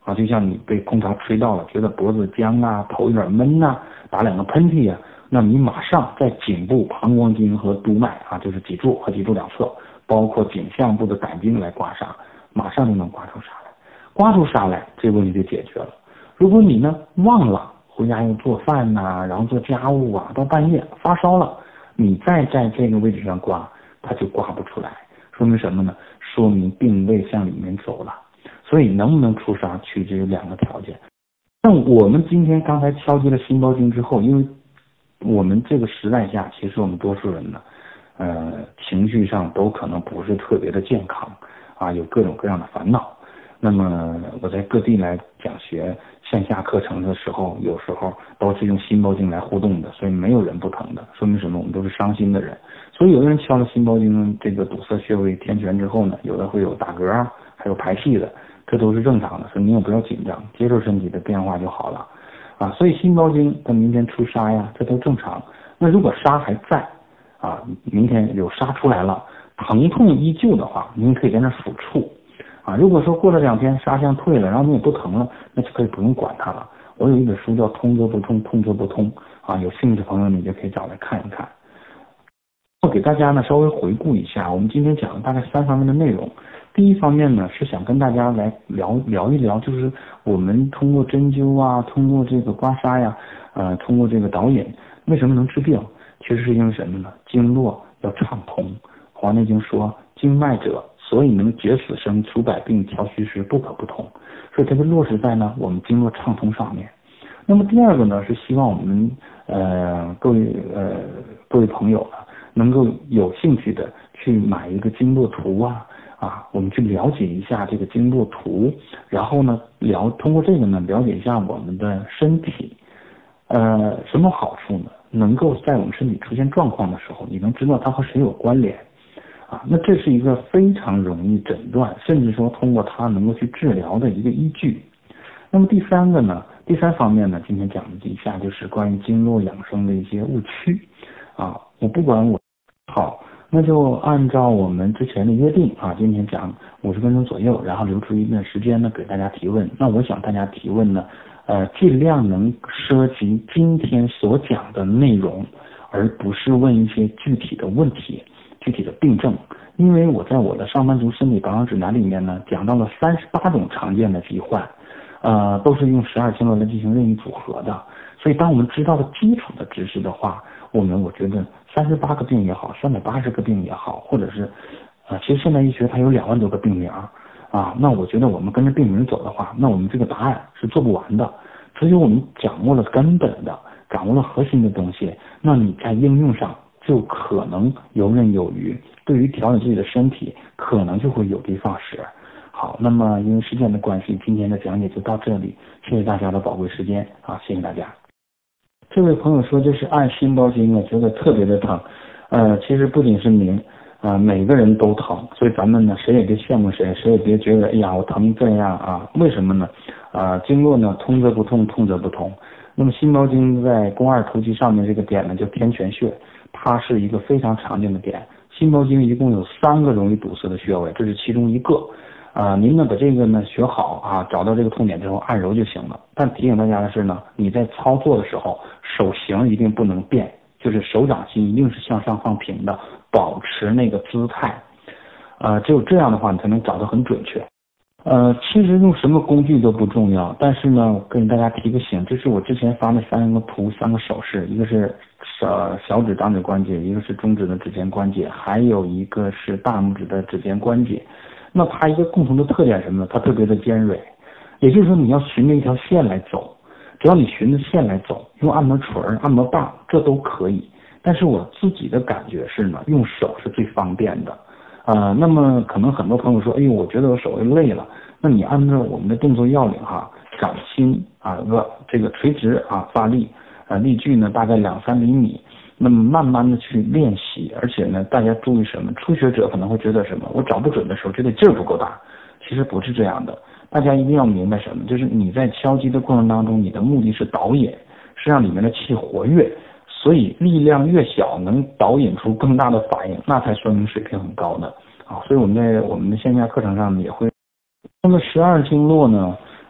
啊，就像你被空调吹到了，觉得脖子僵啊，头有点闷啊，打2个喷嚏啊，那你马上在颈部、膀胱经和督脉啊，就是脊柱和脊柱两侧，包括颈项部的胆经来刮痧，马上就能刮出痧来。刮出痧来，这个问题就解决了。如果你呢忘了，回家又做饭呐，然后做家务啊，到半夜发烧了，你再在这个位置上刮，它就刮不出来，说明什么呢？说明病位向里面走了。所以能不能出痧取决于2个条件。那我们今天刚才敲击了心包经之后，因为我们这个时代下，其实我们多数人呢，情绪上都可能不是特别的健康啊，有各种各样的烦恼。那么我在各地来讲学线下课程的时候，有时候都是用心包经来互动的，所以没有人不疼的，说明什么？我们都是伤心的人。所以有的人敲了心包经这个堵塞穴位天泉之后呢，有的会有打嗝，还有排气的，这都是正常的，所以你也不要紧张，接受身体的变化就好了啊。所以心包经它明天出痧呀，这都正常。那如果痧还在啊，明天有痧出来了，疼痛依旧的话，您可以在那抚触啊。如果说过了2天痧象退了，然后你也不疼了，那就可以不用管它了。我有一本书叫《通则不通，通则不通》啊，有兴趣的朋友你就可以找来看一看。我给大家呢稍微回顾一下，我们今天讲了大概3方面的内容。第一方面呢是想跟大家来聊一聊，就是我们通过针灸啊，通过这个刮痧呀，通过这个导引，为什么能治病？其实是因为什么呢？经络要畅通。《黄帝经》说，经脉者，所以能决死生，除百病，调虚实，不可不通。所以它就落实在呢我们经络畅通上面。那么第二个呢是希望我们各位朋友呢能够有兴趣的去买一个经络图啊，我们去了解一下这个经络图，然后呢通过这个呢了解一下我们的身体，什么好处呢？能够在我们身体出现状况的时候，你能知道它和谁有关联啊？那这是一个非常容易诊断，甚至说通过它能够去治疗的一个依据。那么第三方面呢，今天讲的一下就是关于经络养生的一些误区啊。我不管我好，那就按照我们之前的约定啊，今天讲50分钟左右，然后留出一段时间呢给大家提问。那我想大家提问呢，尽量能涉及今天所讲的内容，而不是问一些具体的问题、具体的病症。因为我在我的上班族身体保养指南里面呢，讲到了38种常见的疾患，都是用12经络来进行任意组合的。所以当我们知道了基础的知识的话，我觉得38个病也好，380个病也好，或者是其实现代医学它有2万多个病名啊，那我觉得我们跟着病名走的话，那我们这个答案是做不完的。只有我们掌握了根本的，掌握了核心的东西，那你在应用上就可能游刃有余，对于调整自己的身体可能就会有的放矢。好，那么因为时间的关系，今天的讲解就到这里，谢谢大家的宝贵时间啊，谢谢大家。这位朋友说，就是按心包经呢，觉得特别的疼，其实不仅是您每个人都疼，所以咱们呢谁也别羡慕谁，谁也别觉得哎呀我疼这样啊，为什么呢？经络呢通则不通，通则不通。那么心包经在肱二头肌上面这个点呢叫天泉穴，它是一个非常常见的点。心包经一共有3个容易堵塞的穴位，这是其中一个。您呢把这个呢学好啊，找到这个痛点之后按揉就行了。但提醒大家的是呢，你在操作的时候手型一定不能变，就是手掌心一定是向上放平的，保持那个姿态。只有这样的话你才能找得很准确。其实用什么工具都不重要，但是呢我跟大家提个醒，这是我之前发的3个图，3个手势，一个是小指掌指关节，一个是中指的指尖关节，还有一个是大拇指的指尖关节。那它一个共同的特点是什么呢？它特别的尖锐，也就是说你要循着一条线来走，只要你循着线来走，用按摩锤、按摩棒这都可以。但是我自己的感觉是呢，用手是最方便的。那么可能很多朋友说，哎呦，我觉得我手累了。那你按照我们的动作要领掌心这个垂直发力，力距呢大概2-3厘米。那么慢慢的去练习，而且呢，大家注意什么？初学者可能会觉得什么？我找不准的时候觉得劲儿不够大，其实不是这样的。大家一定要明白什么？就是你在敲击的过程当中，你的目的是导引，是让里面的气活跃，所以力量越小，能导引出更大的反应，那才说明水平很高的啊。所以我们在我们的线下课程上也会。那么12经络呢，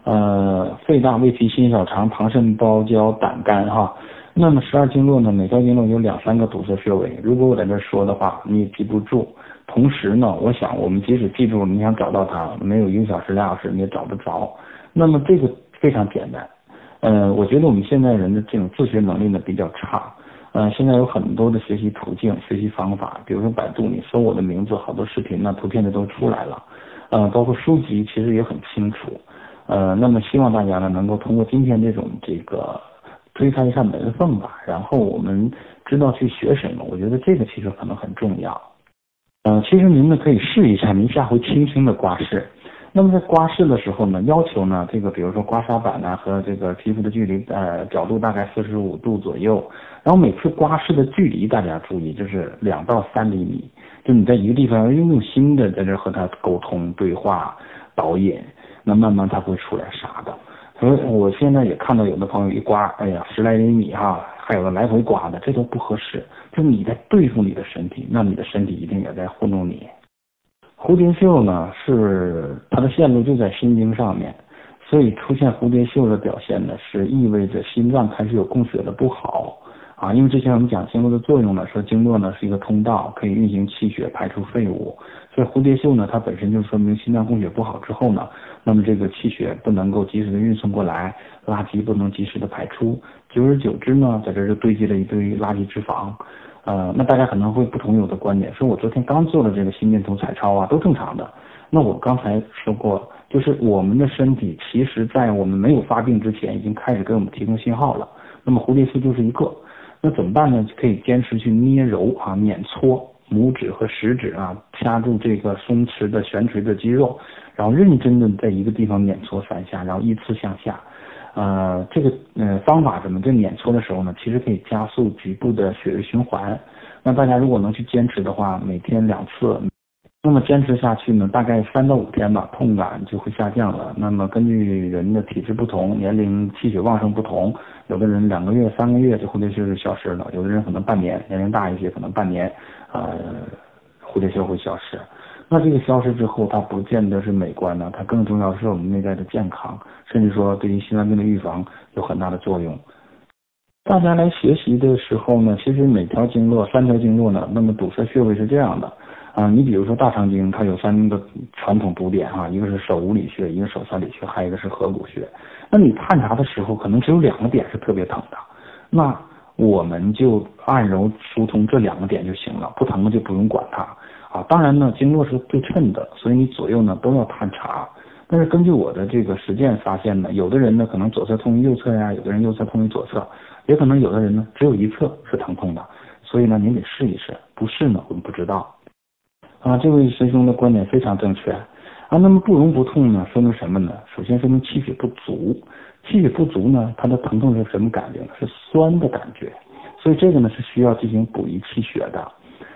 肺大、胃脾、心小肠、膀肾、包胶、胆肝哈。那么12经络呢，每条经络有2-3个堵塞穴位。如果我在这说的话，你也记不住。同时呢，我想我们即使记住，你想找到它，没有1个小时、2小时你也找不着。那么这个非常简单。我觉得我们现在人的这种自学能力呢比较差。现在有很多的学习途径、学习方法，比如说百度，你搜我的名字，好多视频呢、图片的都出来了。包括书籍其实也很清楚。那么希望大家呢能够通过今天这个推开一扇门缝吧，然后我们知道去学什么，我觉得这个其实可能很重要。其实您呢可以试一下，您下回轻轻的刮拭。那么在刮拭的时候呢，要求呢这个比如说刮痧板呢和这个皮肤的距离角度大概45度左右，然后每次刮拭的距离大家注意就是2到3厘米，就你在一个地方要用心的在这和他沟通对话导引，那慢慢他会出来痧的。所以我现在也看到有的朋友一刮，哎呀10来厘米哈，还有的来回刮的，这都不合适。就是你在对付你的身体，那你的身体一定也在糊弄你。蝴蝶袖呢，是它的线路就在心经上面，所以出现蝴蝶袖的表现呢，是意味着心脏开始有供血的不好啊。因为之前我们讲经络的作用呢，说经络呢是一个通道，可以运行气血，排出废物。所以蝴蝶袖呢，它本身就说明心脏供血不好之后呢，那么这个气血不能够及时的运送过来，垃圾不能及时的排出，久而久之呢，在这就堆积了一堆垃圾脂肪。那大家可能会不同有的观点，说我昨天刚做了这个心电图彩超啊，都正常的。那我刚才说过，就是我们的身体其实在我们没有发病之前，已经开始给我们提供信号了。那么蝴蝶袖就是一个。那怎么办呢？可以坚持去捏揉啊、碾搓拇指和食指啊，掐住这个松弛的悬垂的肌肉，然后认真的在一个地方碾搓3下，然后依次向下。这个方法怎么在碾搓的时候呢，其实可以加速局部的血液循环。那大家如果能去坚持的话，每天2次，那么坚持下去呢，大概3到5天吧，痛感就会下降了。那么根据人的体质不同、年龄、气血旺盛不同，有的人2个月、3个月这蝴蝶袖就消失了，有的人可能半年，年龄大一些可能半年，蝴蝶袖会消失。那这个消失之后，它不见得是美观呢，它更重要的是我们内在的健康，甚至说对于心脏病的预防有很大的作用。大家来学习的时候呢，其实每条经络3条经络呢，那么堵塞穴位是这样的你比如说大肠经，它有3个传统堵点一个是手五里穴，一个手三里穴，还有一个是合谷穴。那你探查的时候，可能只有2个点是特别疼的，那我们就按揉疏通这2个点就行了，不疼的就不用管它。当然呢，经络是对称的，所以你左右呢都要探查。但是根据我的这个实践发现呢，有的人呢可能左侧痛于右侧呀，有的人右侧痛于左侧，也可能有的人呢只有一侧是疼痛的。所以呢，您得试一试，不试呢我们不知道。这位师兄的观点非常正确那么不溶不痛呢，说明什么呢？首先说明气血不足，气血不足呢，它的疼痛是什么感觉呢？是酸的感觉，所以这个呢是需要进行补益气血的。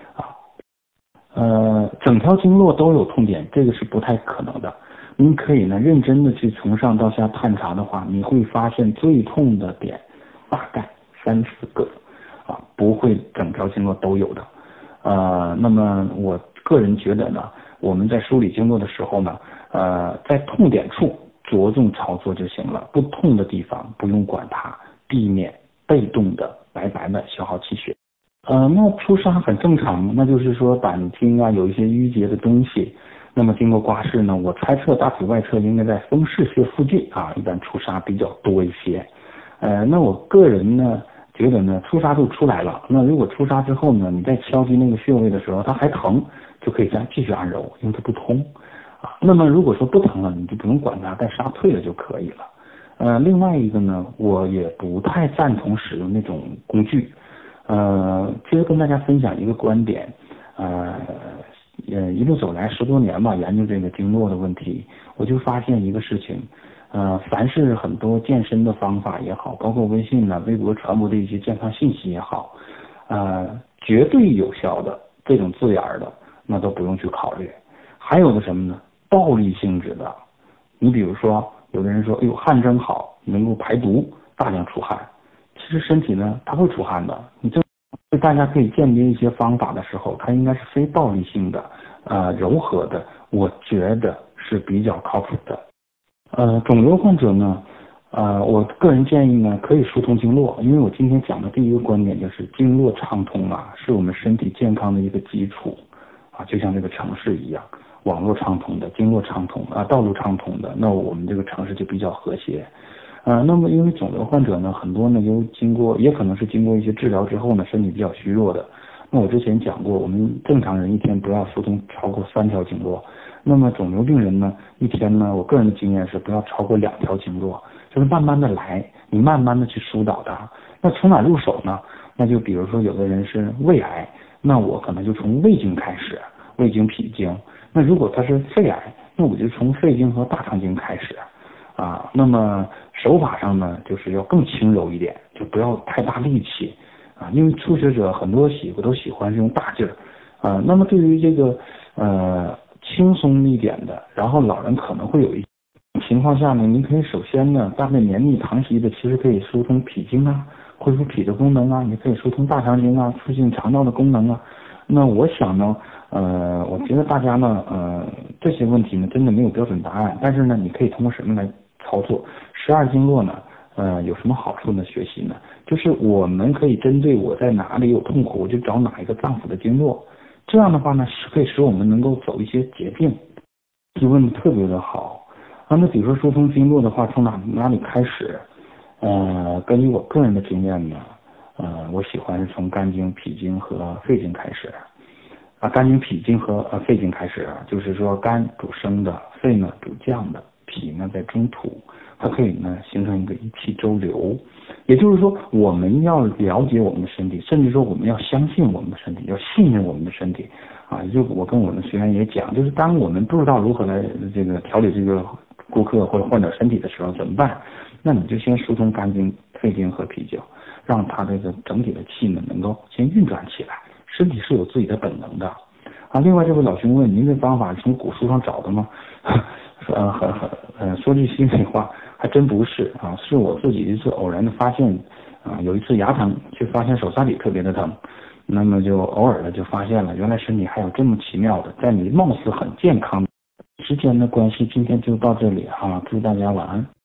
整条经络都有痛点，这个是不太可能的。您可以呢认真的去从上到下探查的话，你会发现最痛的点大概3-4个不会整条经络都有的。那么我个人觉得呢，我们在梳理经络的时候呢，在痛点处着重操作就行了，不痛的地方不用管它，避免被动的白白的消耗气血。那出痧很正常，那就是说胆经有一些淤结的东西，那么经过刮拭呢，我猜测大腿外侧应该在风市穴附近一般出痧比较多一些。那我个人呢觉得呢，出痧就出来了，那如果出痧之后呢，你在敲击那个穴位的时候它还疼，就可以再继续按揉，因为它不通那么如果说不疼了，你就不用管它，待痧退了就可以了。另外一个呢，我也不太赞同使用那种工具。其实跟大家分享一个观点，一路走来10多年吧，研究这个经络的问题，我就发现一个事情，凡是很多健身的方法也好，包括微信微博传播的一些健康信息也好，绝对有效的这种字眼的，那都不用去考虑。还有个什么呢？暴力性质的，你比如说，有的人说，汗蒸好，能够排毒，大量出汗。其实身体呢，它会出汗的。大家可以鉴别一些方法的时候，它应该是非暴力性的，柔和的，我觉得是比较靠谱的。 肿瘤患者呢，我个人建议呢，可以疏通经络，因为我今天讲的第一个观点就是经络畅通啊，是我们身体健康的一个基础啊，就像这个城市一样，网络畅通的，经络畅通啊，道路畅通的，那我们这个城市就比较和谐。那么因为肿瘤患者呢，很多呢也可能是经过一些治疗之后呢，身体比较虚弱的。那我之前讲过，我们正常人一天不要疏通超过3条经络。那么肿瘤病人呢，一天呢，我个人的经验是不要超过2条经络，就是慢慢的来，你慢慢的去疏导它。那从哪入手呢？那就比如说有的人是胃癌，那我可能就从胃经开始，胃经、脾经。那如果他是肺癌，那我就从肺经和大肠经开始。那么手法上呢，就是要更轻柔一点，就不要太大力气因为初学者很多都喜欢用大劲儿那么对于这个轻松一点的，然后老人可能会有一情况下呢，您可以首先呢，大便黏腻溏稀的，其实可以疏通脾经啊，恢复脾的功能啊，也可以疏通大肠经啊，促进肠道的功能啊。那我想呢，我觉得大家呢，这些问题呢，真的没有标准答案，但是呢，你可以通过什么来操作？12经络呢，有什么好处呢？学习呢，就是我们可以针对我在哪里有痛苦，我就找哪一个脏腑的经络。这样的话呢，可以使我们能够走一些捷径。提问的特别的好那比如说疏通经络的话，从哪里开始？根据我个人的经验呢，我喜欢是从肝经、脾经和肺经开始。肝经、脾经和肺经开始就是说肝主升的，肺呢主降的，脾呢在中土，它可以呢形成一个一气周流。也就是说，我们要了解我们的身体，甚至说我们要相信我们的身体，要信任我们的身体就我跟我的学员也讲，就是当我们不知道如何来这个调理这个顾客或者患者身体的时候怎么办？那你就先疏通肝经、肺经和脾经，让它这个整体的气呢能够先运转起来。身体是有自己的本能的另外这位老兄问，您这方法是从古书上找的吗？说句心里话，还真不是是我自己一次偶然的发现有一次牙疼，就发现手三里特别的疼，那么就偶尔的就发现了，原来身体还有这么奇妙的，在你貌似很健康的时间的关系，今天就到这里祝大家晚安。